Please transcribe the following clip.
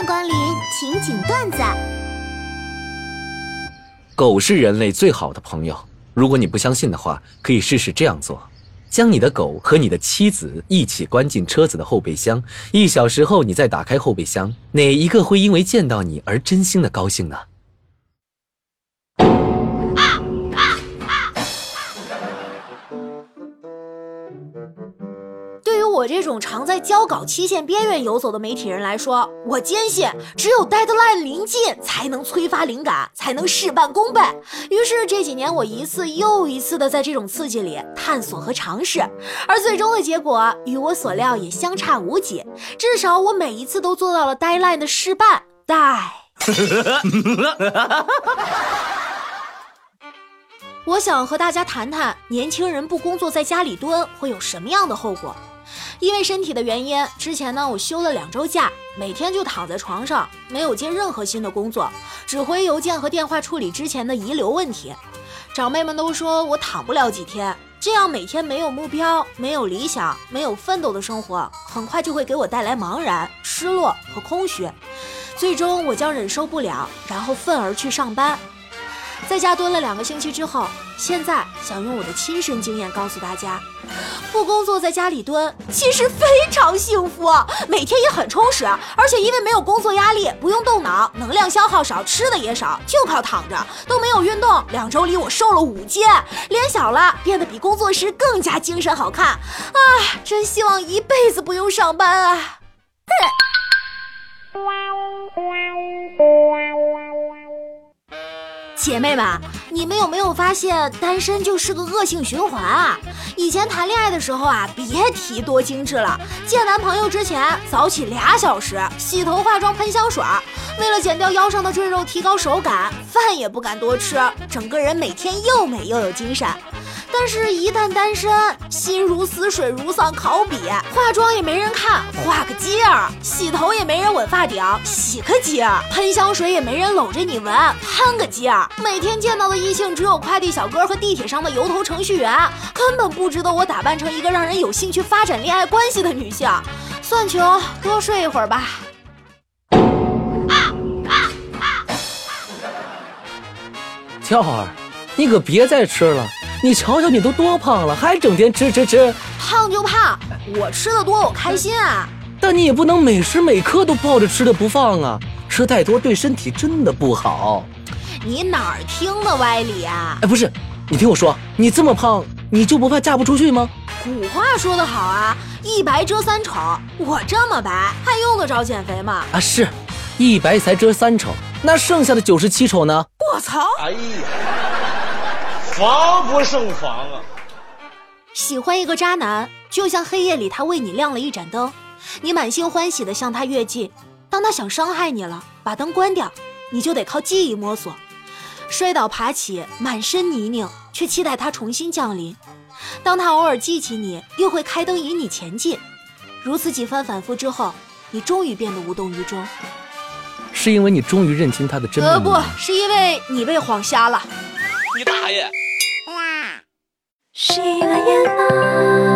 光临情景段子。 狗是人类最好的朋友，如果你不相信的话，可以试试这样做：将你的狗和你的妻子一起关进车子的后备箱，1小时后你再打开后备箱，哪一个会因为见到你而真心的高兴呢？ 对于我这种常在交稿期限边缘游走的媒体人来说，我坚信只有 deadline 临近才能催发灵感，才能事半功倍。于是这几年我一次又一次的在这种刺激里探索和尝试，而最终的结果与我所料也相差无几，至少我每一次都做到了 deadline 的事半。我想和大家谈谈年轻人不工作在家里蹲会有什么样的后果。因为身体的原因，之前呢我休了2周假，每天就躺在床上，没有接任何新的工作，只回邮件和电话处理之前的遗留问题。长辈们都说我躺不了几天，这样每天没有目标、没有理想、没有奋斗的生活，很快就会给我带来茫然、失落和空虚。最终我将忍受不了，然后愤而去上班。在家蹲了2个星期之后，现在想用我的亲身经验告诉大家，不工作在家里蹲其实非常幸福，每天也很充实，而且因为没有工作压力，不用动脑，能量消耗少，吃的也少，就靠躺着，都没有运动。2周里我瘦了5斤，脸小了，变得比工作时更加精神好看。真希望一辈子不用上班啊！姐妹们，你们有没有发现单身就是个恶性循环啊？以前谈恋爱的时候啊，别提多精致了，见男朋友之前早起2小时，洗头化妆喷香水，为了减掉腰上的赘肉提高手感，饭也不敢多吃，整个人每天又美又有精神。但是一旦单身，心如死水如丧考妣，化妆也没人看，画个劲儿；洗头也没人吻发顶，洗个劲儿；喷香水也没人搂着你闻，喷个劲儿。每天见到的异性只有快递小哥和地铁上的油头程序员，根本不值得我打扮成一个让人有兴趣发展恋爱关系的女性。算球，多睡一会儿吧。 跳儿，你可别再吃了，你瞧瞧你都多胖了，还整天吃。 胖就胖，我吃的多我开心啊。 但你也不能每时每刻都抱着吃的不放啊，吃太多对身体真的不好。 你哪儿听的歪理啊？ 不是，你听我说，你这么胖，你就不怕嫁不出去吗？ 古话说得好啊，一白遮3丑，我这么白还用得着减肥吗？ 是，一白才遮3丑，那剩下的97丑呢？ 我操！ 哎呀，防不胜防啊！ 喜欢一个渣男，就像黑夜里他为你亮了一盏灯，你满心欢喜地向他跃进。当他想伤害你了，把灯关掉，你就得靠记忆摸索。摔倒爬起，满身泥泞，却期待他重新降临。当他偶尔记起你，又会开灯引你前进。如此几番反复之后，你终于变得无动于衷。 是因为你终于认清他的真面目？ 不是因为你被晃瞎了。 你大爷！ 睡了眼了。